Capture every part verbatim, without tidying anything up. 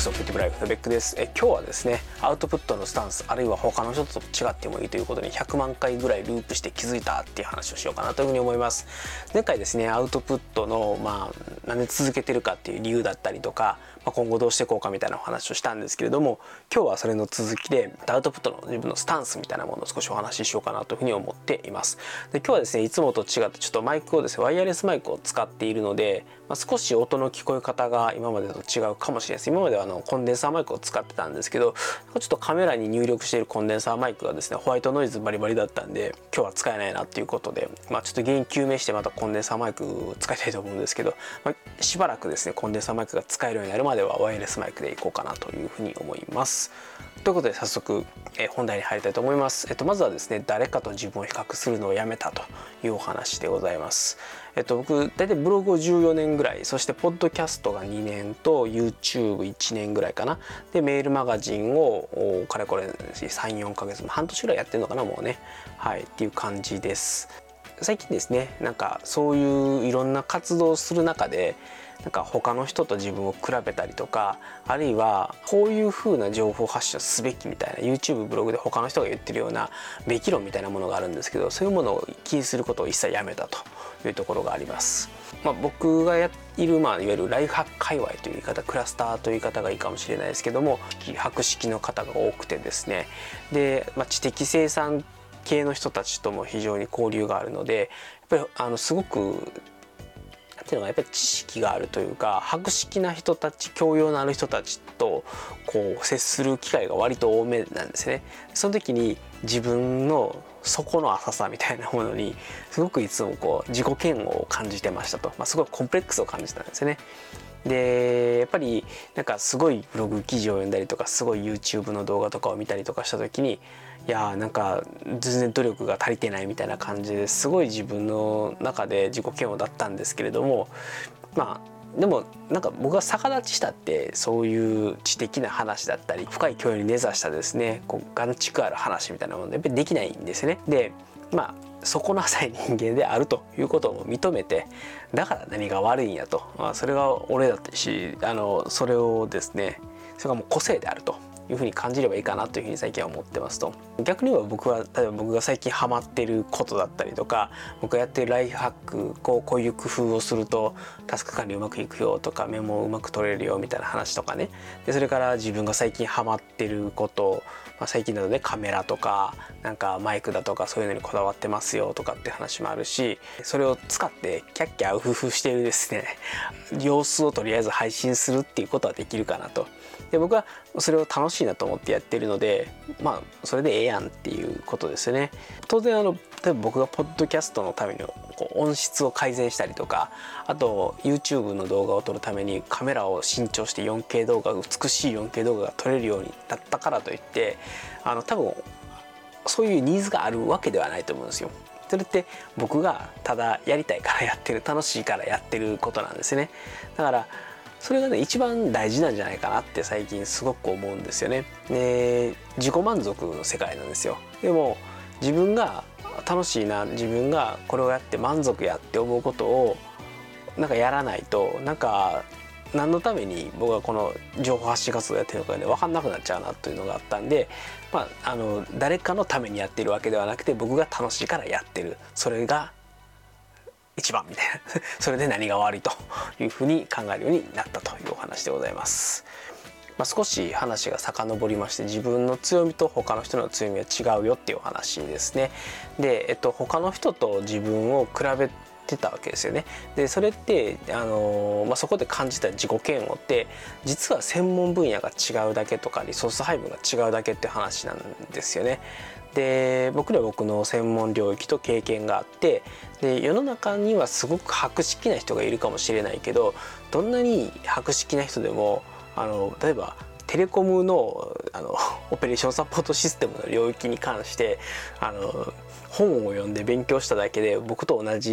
スオプティブライフのベックです。え今日はですね、アウトプットのスタンス、あるいは他の人と違ってもいいということにひゃくまんかいぐらいループして気づいたっていう話をしようかなというふうに思います。前回ですね、アウトプットのまあなんで続けてるかっていう理由だったりとか、まあ、今後どうしていこうかみたいなお話をしたんですけれども、今日はそれの続きでアウトプットの自分のスタンスみたいなものを少しお話ししようかなというふうに思っています。で今日はですね、いつもと違ってちょっとマイクをですね、ワイヤレスマイクを使っているので、まあ、少し音の聞こえ方が今までと違うかもしれないです。今まではあのコンデンサーマイクを使ってたんですけど、ちょっとカメラに入力しているコンデンサーマイクがですね、ホワイトノイズバリバリだったんで、今日は使えないなっていうことで、まあ、ちょっと原因究明してまたコンデンサーマイクを使いたいと思うんですけど、まあ、しばらくですね、コンデンサーマイクが使えるようになるまではワイヤレスマイクでいこうかなというふうに思います。ということで早速、え本題に入りたいと思います。えっと、まずはですね、誰かと自分を比較するのをやめたというお話でございます。えっと、僕大体ブログをじゅうよねんぐらい、そしてポッドキャストがにねんと ユーチューブいちねんぐらいかな。でメールマガジンをかれこれさんよんかげつ、半年ぐらいやってるのかな、もうね、はいっていう感じです。最近ですね、なんかそういういろんな活動をする中で、なんか他の人と自分を比べたりとか、あるいはこういう風な情報発信をすべきみたいな YouTube ブログで他の人が言ってるようなべき論みたいなものがあるんですけど、そういうものを気にすることを一切やめたというところがあります。まあ、僕がやいる、まあ、いわゆるライフハック界隈という言い方、クラスターという言い方がいいかもしれないですけども、博識の方が多くてですね、で、まあ、知的生産系の人たちとも非常に交流があるので、やっぱりあのすごくっていうのがやっぱり知識があるというか、博識な人たち、教養のある人たちとこう接する機会が割と多めなんですね。その時に自分の底の浅さみたいなものにすごくいつもこう自己嫌悪を感じてましたと、まあ、すごいコンプレックスを感じたんですよね。でやっぱりなんかすごいブログ記事を読んだりとか、すごい YouTube の動画とかを見たりとかした時に、いやーなんか全然努力が足りてないみたいな感じですごい自分の中で自己嫌悪だったんですけれども、まあでもなんか僕が逆立ちしたってそういう知的な話だったり深い教養に根ざしたですね、こう眼蓄ある話みたいなものやっぱりできないんですね。でまあ底の浅い人間であるということを認めて、だから何が悪いんやと、まあ、それが俺だったし、あのそれをですね、それがもう個性であるというふうに感じればいいかなというふうに最近は思ってますと。逆に言えば僕は例えば僕が最近ハマっていることだったりとか、僕がやってるライフハック、こうこういう工夫をするとタスク管理うまくいくよとか、メモうまく取れるよみたいな話とかね。でそれから自分が最近ハマってること、まあ、最近だとねカメラとかなんかマイクだとかそういうのにこだわってますよとかって話もあるし、それを使ってキャッキャウフフしているですね様子をとりあえず配信するっていうことはできるかなと。で僕はそれを楽しいなと思ってやってるので、まあそれでええやんっていうことですよね。当然あの例えば僕がポッドキャストのためにこう音質を改善したりとか、あと YouTube の動画を撮るためにカメラを新調して よんケー 動画、美しい よんケー 動画が撮れるようになったからといって、あの多分そういうニーズがあるわけではないと思うんですよ。それって僕がただやりたいからやってる、楽しいからやってることなんですね。だからそれがね一番大事なんじゃないかなって最近すごく思うんですよね。で自己満足の世界なんですよ。でも自分が楽しいな、自分がこれをやって満足やって思うことをなんかやらないと、なんか何のために僕はこの情報発信活動やってるのかね分かんなくなっちゃうなというのがあったんで、まあ、あの誰かのためにやってるわけではなくて、僕が楽しいからやってる、それが一番みたいなそれで何が悪いというふうに考えるようになったというお話でございます。まあ、少し話が遡りまして、自分の強みと他の人の強みは違うよっていうお話ですね。で、えっと、他の人と自分を比べてたわけですよね。でそれってあの、まあ、そこで感じた自己嫌悪って実は専門分野が違うだけとかリソース配分が違うだけって話なんですよね。で僕には僕の専門領域と経験があって、で世の中にはすごく博識な人がいるかもしれないけど、どんなに博識な人でもあの例えばテレコムのあのオペレーションサポートシステムの領域に関してあの本を読んで勉強しただけで僕と同じ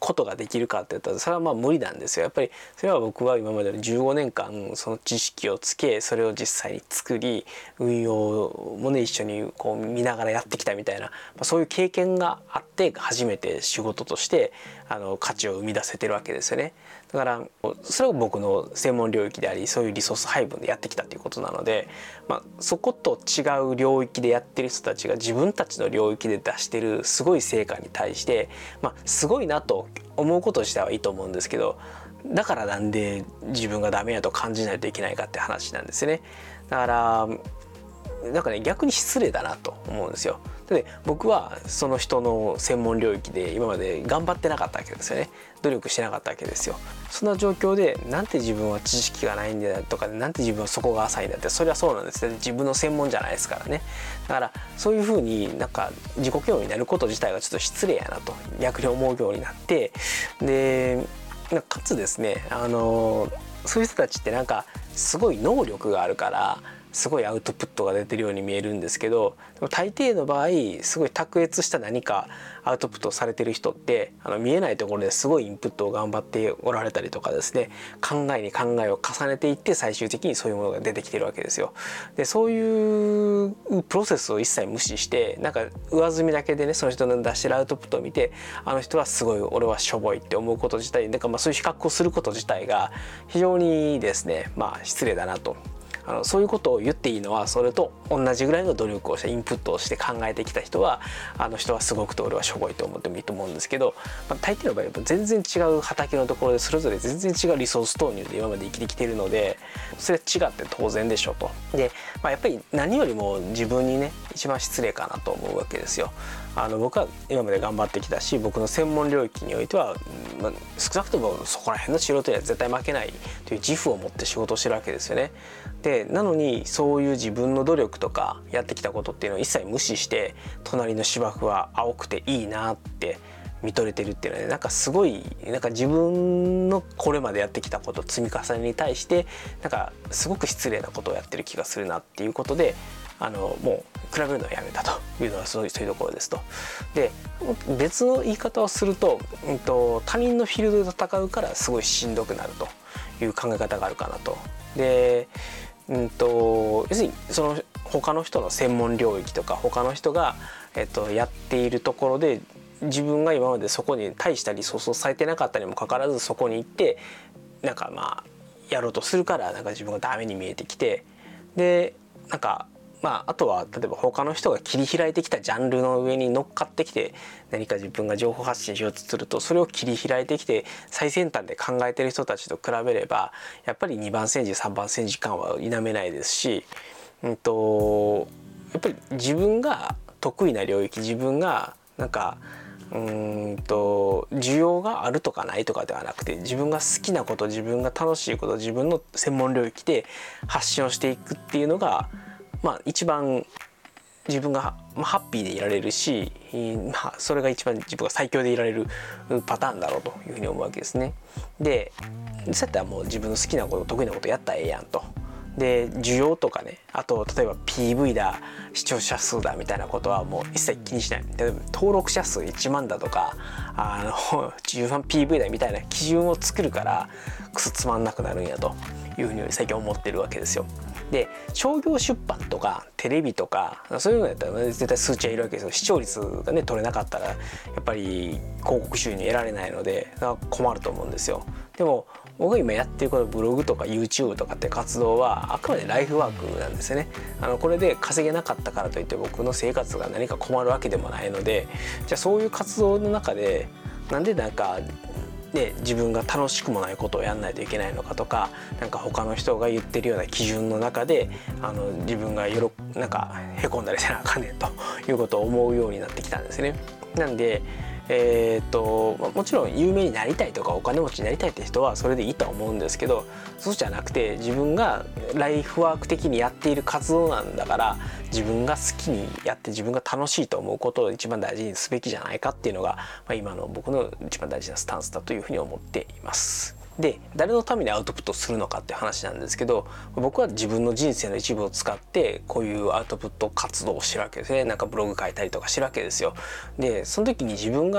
ことができるかって言ったらそれはまあ無理なんですよ。やっぱりそれは僕は今までのじゅうごねんかんその知識をつけ、それを実際に作り、運用もね一緒にこう見ながらやってきたみたいな、まあ、そういう経験があって初めて仕事としてあの価値を生み出せてるわけですよね。だからそれが僕の専門領域であり、そういうリソース配分でやってきたということなので、まあ、そこと違う領域でやってる人たちが自分たちの領域で出してるすごい成果に対して、まあ、すごいなと思うこと自体はいいと思うんですけど、だからなんで自分がダメやと感じないといけないかって話なんですよね。だからなんかね、逆に失礼だなと思うんですよ。で僕はその人の専門領域で今まで頑張ってなかったわけですよね。努力してなかったわけですよ。そんな状況でなんて自分は知識がないんだとか、なんて自分はそこが浅いんだって、それはそうなんですよ。自分の専門じゃないですからね。だからそういうふうになんか自己嫌悪になること自体がちょっと失礼やなと逆に思うようになって、でかつですね、あのそういう人たちってなんかすごい能力があるからすごいアウトプットが出てるように見えるんですけど、でも大抵の場合すごい卓越した何かアウトプットされてる人ってあの見えないところですごいインプットを頑張っておられたりとかですね、考えに考えを重ねていって最終的にそういうものが出てきてるわけですよ。でそういうプロセスを一切無視してなんか上積みだけでね、その人の出してるアウトプットを見て、あの人はすごい俺はしょぼいって思うこと自体、なんかまあそういう比較をすること自体が非常にですね、まあ失礼だなと。あのそういうことを言っていいのは、それと同じぐらいの努力をしてインプットをして考えてきた人はあの人はすごくと俺はしょぼいと思ってもいいと思うんですけど、まあ、大抵の場合は全然違う畑のところでそれぞれ全然違うリソース投入で今まで生きてきているので、それは違って当然でしょと。で、まあ、やっぱり何よりも自分にね一番失礼かなと思うわけですよ。あの僕は今まで頑張ってきたし、僕の専門領域においては、まあ、少なくともそこら辺の素人には絶対負けないという自負を持って仕事をしてるわけですよね。でなのにそういう自分の努力とかやってきたことっていうのを一切無視して、隣の芝生は青くていいなって見とれてるっていうのは、ね、なんかすごいなんか自分のこれまでやってきたこと積み重ねに対してなんかすごく失礼なことをやってる気がするなっていうことで、あのもう比べるのをやめたというのはそういうところですと。で別の言い方をすると、うんと、他人のフィールドで戦うからすごいしんどくなるという考え方があるかなと。でうんと要するにその他の人の専門領域とか他の人が、えっと、やっているところで自分が今までそこに大したリソースを割いてなかったにもかかわらずそこに行ってなんかまあやろうとするからなんか自分がダメに見えてきて、でなんかまああとは例えば他の人が切り開いてきたジャンルの上に乗っかってきて何か自分が情報発信しようとすると、それを切り開いてきて最先端で考えてる人たちと比べればやっぱりにばん煎じさんばん煎じ感は否めないですし、うんとやっぱり自分が得意な領域、自分がなんかうーんと需要があるとかないとかではなくて、自分が好きなこと、自分が楽しいこと、自分の専門領域で発信をしていくっていうのがまあ一番自分がハッピーでいられるし、まあ、それが一番自分が最強でいられるパターンだろうというふうに思うわけですね。でそうやったらもう自分の好きなこと得意なことやったらええやんと。で需要とかね、あと例えば ピーブイ だ視聴者数だみたいなことはもう一切気にしない。例えば登録者数いちまんだとかあのじゅうまん ピーブイ だみたいな基準を作るからクソつまんなくなるんやというふうに最近思ってるわけですよ。で商業出版とかテレビとかそういうのやったら、ね、絶対数値はいるわけですよ。視聴率がね取れなかったらやっぱり広告収入得られないので困ると思うんですよ。でも僕が今やってるこのブログとか YouTube とかって活動はあくまでライフワークなんですよね。あのこれで稼げなかったからといって僕の生活が何か困るわけでもないので、じゃあそういう活動の中でなんでなんかで自分が楽しくもないことをやんないといけないのかとか、なんか他の人が言ってるような基準の中であの自分がよろなんかへこんだりせなあかんねんということを思うようになってきたんですね。なんでえー、ともちろん有名になりたいとかお金持ちになりたいって人はそれでいいとは思うんですけど、そうじゃなくて自分がライフワーク的にやっている活動なんだから自分が好きにやって自分が楽しいと思うことを一番大事にすべきじゃないかっていうのが、まあ、今の僕の一番大事なスタンスだというふうに思っています。で誰のためにアウトプットするのかって話なんですけど、僕は自分の人生の一部を使ってこういうアウトプット活動をしてるわけですね。なんかブログ書いたりとかしてるわけですよ。でその時に自分が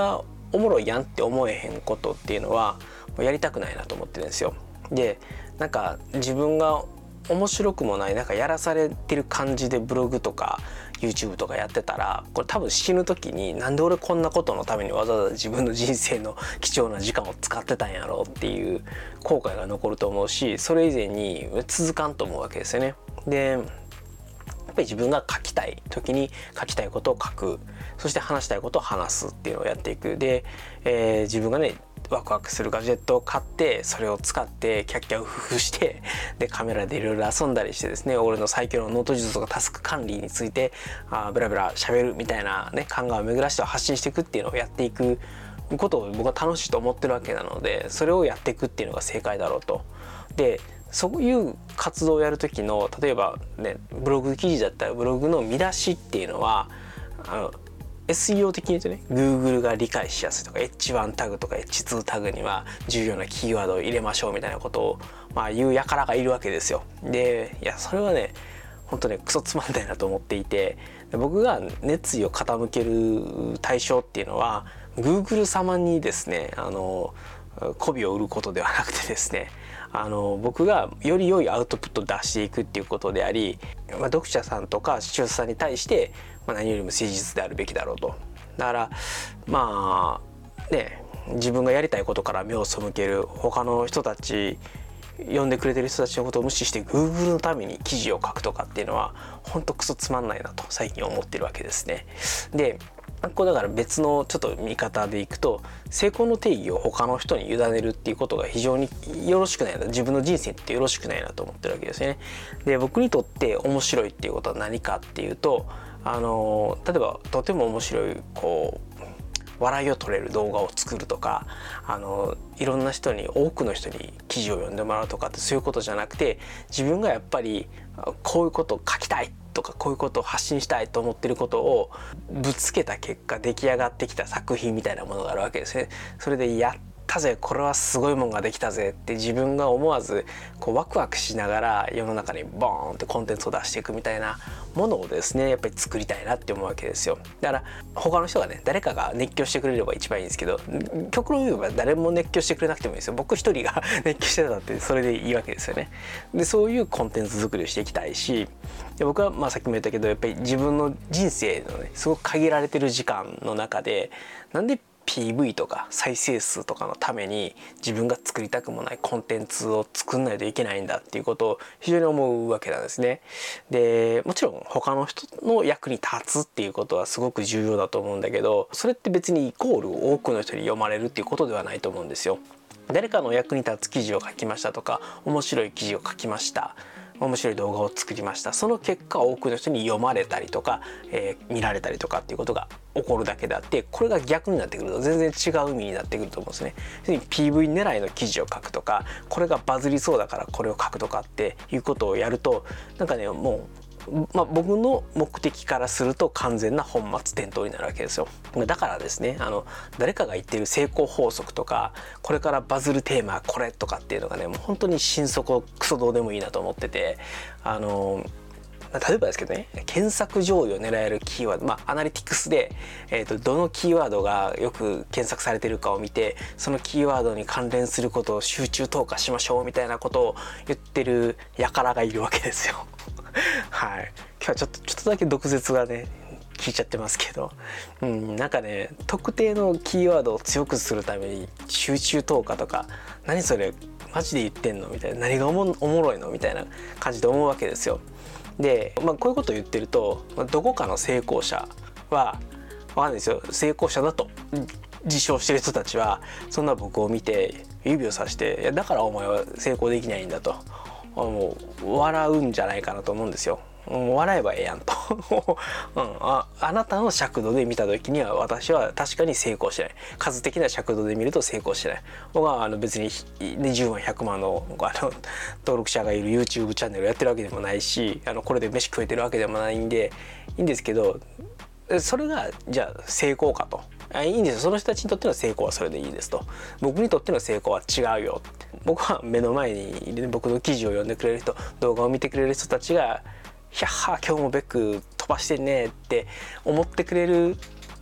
おもろいやんって思えへんことっていうのはもうやりたくないなと思ってるんですよ。でなんか自分が面白くもないなんかやらされてる感じでブログとか YouTube とかやってたらこれ多分死ぬ時になんで俺こんなことのためにわざわざ自分の人生の貴重な時間を使ってたんやろうっていう後悔が残ると思うし、それ以前に続かんと思うわけですよね。でやっぱり自分が書きたい時に書きたいことを書く、そして話したいことを話すっていうのをやっていく。で、えー、自分がねワクワクするガジェットを買ってそれを使ってキャッキャウフフしてでカメラでいろいろ遊んだりしてですね、俺の最強のノート術とかタスク管理についてあブラブラ喋るみたいなね、考えを巡らして発信していくっていうのをやっていくことを僕は楽しいと思ってるわけなので、それをやっていくっていうのが正解だろうと。でそういう活動をやる時の例えばねブログ記事だったらブログの見出しっていうのはあのエスイーオー 的に言うとね Google が理解しやすいとか エイチワン タグとか エイチツー タグには重要なキーワードを入れましょうみたいなことをまあ言う輩がいるわけですよ。でいやそれはね本当ねクソつまんないなと思っていて、僕が熱意を傾ける対象っていうのは Google 様にですねあの媚びを売ることではなくてですね、あの僕がより良いアウトプットを出していくっていうことであり、まあ、読者さんとか視聴者さんに対して、まあ、何よりも誠実であるべきだろうと。だからまあね自分がやりたいことから目を背ける他の人たち読んでくれてる人たちのことを無視して Google のために記事を書くとかっていうのはほんとクソつまんないなと最近思ってるわけですね。でこれだから別のちょっと見方でいくと成功の定義を他の人に委ねるっていうことが非常によろしくないな、自分の人生ってよろしくないなと思ってるわけですよね。で僕にとって面白いっていうことは何かっていうと、あの例えばとても面白いこう笑いを取れる動画を作るとか、あのいろんな人に多くの人に記事を読んでもらうとかってそういうことじゃなくて、自分がやっぱりこういうことを書きたいとかこういうことを発信したいと思ってることをぶつけた結果出来上がってきた作品みたいなものがあるわけですね。それでやったぜこれはすごいもんができたぜって自分が思わずこうワクワクしながら世の中にボーンってコンテンツを出していくみたいなものをですねやっぱり作りたいなって思うわけですよ。だから他の人がね誰かが熱狂してくれれば一番いいんですけど、極論言えば誰も熱狂してくれなくてもいいですよ。僕一人が熱狂してたってそれでいいわけですよね。でそういうコンテンツ作りをしていきたいし、で僕はまあさっきも言ったけどやっぱり自分の人生のねすごく限られてる時間の中でなんでピーブイ とか再生数とかのために自分が作りたくもないコンテンツを作んないといけないんだっていうことを非常に思うわけなんですね。でもちろん他の人の役に立つっていうことはすごく重要だと思うんだけど、それって別にイコール多くの人に読まれるっていうことではないと思うんですよ。誰かの役に立つ記事を書きましたとか面白い記事を書きました、面白い動画を作りました、その結果多くの人に読まれたりとか、えー、見られたりとかっていうことが起こるだけであって、これが逆になってくると全然違う意味になってくると思うんですね。要するに ピーブイ 狙いの記事を書くとかこれがバズりそうだからこれを書くとかっていうことをやるとなんかねもうまあ、僕の目的からすると完全な本末転倒になるわけですよ。だからですねあの誰かが言ってる成功法則とかこれからバズるテーマはこれとかっていうのがねもう本当に心底クソどうでもいいなと思ってて、あの例えばですけどね検索上位を狙えるキーワード、まあアナリティクスで、えーと、どのキーワードがよく検索されてるかを見てそのキーワードに関連することを集中投下しましょうみたいなことを言ってる輩がいるわけですよ。はい、今日はちょっとちょっとだけ毒舌がね聞いちゃってますけど、うん、なんかね特定のキーワードを強くするために集中投下とか何それマジで言ってんのみたいな、何がおも、おもろいのみたいな感じで思うわけですよ。で、まあ、こういうことを言ってるとどこかの成功者は分かんないですよ、成功者だと自称してる人たちはそんな僕を見て指をさして「いやだからお前は成功できないんだ」ともう笑うんじゃないかなと思うんですよ。もう笑えばええやんと、うん、あ, あなたの尺度で見た時には私は確かに成功してない、数的な尺度で見ると成功してない。僕はあの別にじゅうまんひゃくまん の, あの登録者がいる YouTube チャンネルをやってるわけでもないし、あのこれで飯食えてるわけでもないんでいいんですけど、それがじゃあ成功かと。いいんですよ、その人たちにとっての成功はそれでいいですと。僕にとっての成功は違うよって。僕は目の前に僕の記事を読んでくれる人、動画を見てくれる人たちが「ひゃっは今日もベック飛ばしてんね」って思ってくれる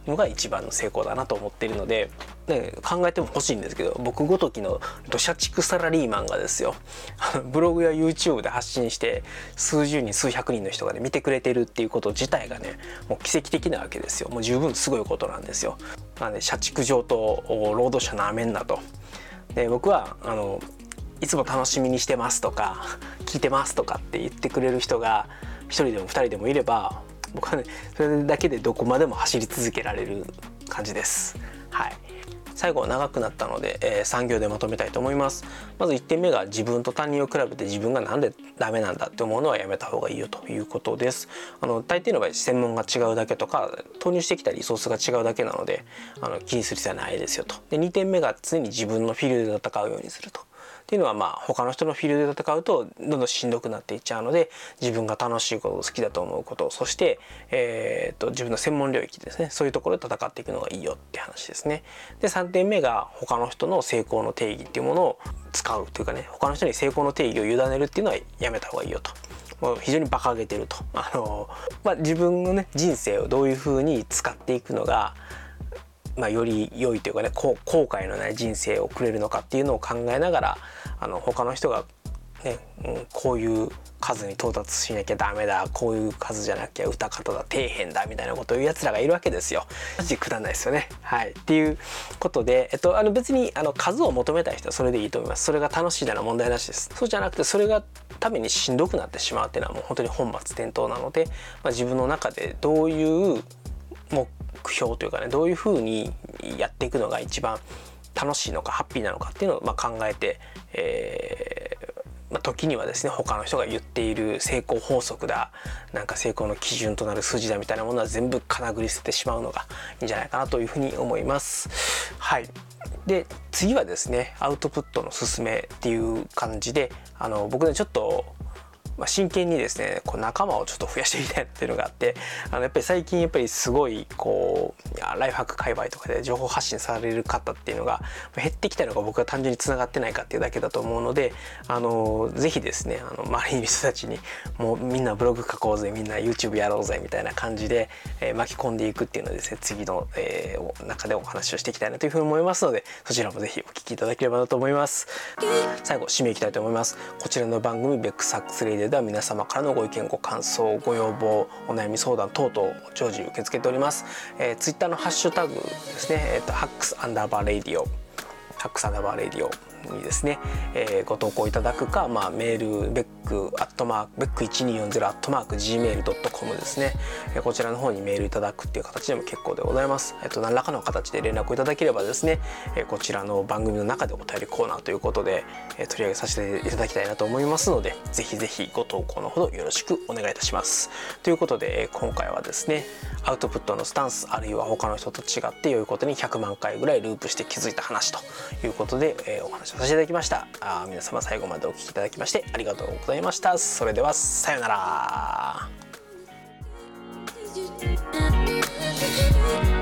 のが一番の成功だなと思っているので、ね、考えても欲しいんですけど、僕ごときのど社畜サラリーマンがですよ、ブログや YouTube で発信して数十人数百人の人がね見てくれてるっていうこと自体がねもう奇跡的なわけですよ。もう十分すごいことなんですよ。なので社畜上と労働者なめんなと。で僕はあのいつも楽しみにしてますとか聞いてますとかって言ってくれる人が一人でも二人でもいれば、僕はねそれだけでどこまでも走り続けられる感じです。はい。最後長くなったので、えー、さん行でまとめたいと思います。まずいってんめが自分と他人を比べて自分がなんでダメなんだって思うのはやめた方がいいよということです。あの大抵の場合専門が違うだけとか投入してきたリソースが違うだけなので、あの気にする必要はないですよと。でにてんめが常に自分のフィールドで戦うようにすると。っていうのはまあ他の人のフィールドで戦うとどんどんしんどくなっていっちゃうので、自分が楽しいこと好きだと思うこと、そして、えー、と自分の専門領域ですね、そういうところで戦っていくのがいいよって話ですね。でさんてんめが他の人の成功の定義っていうものを使うというかね、他の人に成功の定義を委ねるっていうのはやめた方がいいよと。もう非常に馬鹿げてると。あの、まあ、自分のね人生をどういうふうに使っていくのがまあ、より良いというかね、後悔のない人生を送れるのかっていうのを考えながら、あの他の人が、ねうん、こういう数に到達しなきゃダメだ、こういう数じゃなきゃ歌方だ、底辺だみたいなことを言うやつらがいるわけですよ。マジでくだらないですよね。はい、っていうことで、えっと、あの別にあの数を求めたい人はそれでいいと思います。それが楽しいなら問題なしです。そうじゃなくてそれがためにしんどくなってしまうっていうのはもう本当に本末転倒なので、まあ、自分の中でどういう目標というかね、どういうふうにやっていくのが一番楽しいのかハッピーなのかっていうのをまあ考えて、えーまあ、時にはですね他の人が言っている成功法則だ、なんか成功の基準となる数字だみたいなものは全部かなぐり捨ててしまうのがいいんじゃないかなというふうに思います。はい。で次はですねアウトプットの勧めっていう感じで、あの僕ねちょっとまあ、真剣にですねこう仲間をちょっと増やしてみたいなっていうのがあって、あのやっぱり最近やっぱりすごいこうライフハック界隈とかで情報発信される方っていうのが減ってきたのが僕は単純につながってないかっていうだけだと思うので、あのぜひですねあの周りの人たちにもうみんなブログ書こうぜ、みんな YouTube やろうぜみたいな感じで、えー、巻き込んでいくっていうのでですね次の、えー、中でお話をしていきたいなというふうに思いますので、そちらもぜひお聞きいただければなと思います。最後締めいきたいと思います。こちらの番組ベックサックスレイディでは皆様からのご意見ご感想ご要望お悩み相談等々常時受け付けております。えー、ツイッターのハッシュタグですね、えー、とハックスアンダーバーレディオハックスアンダーバーレディオにですね、えー、ご投稿いただくか、まあ、メールベックアットマークベックいちにーよんゼロアットマーク ジーメールドットコム ですね、えー、こちらの方にメールいただくっていう形でも結構でございます。えっと何らかの形で連絡をいただければですね、えー、こちらの番組の中でお便りコーナーということで、えー、取り上げさせていただきたいなと思いますので、ぜひぜひご投稿のほどよろしくお願いいたします。ということで今回はですねアウトプットのスタンス、あるいは他の人と違って良いことにひゃくまんかいぐらいループして気づいた話ということで、えー、お話をさせていただきました。あ皆様最後までお聞きいただきましてありがとうございました。それではさようなら。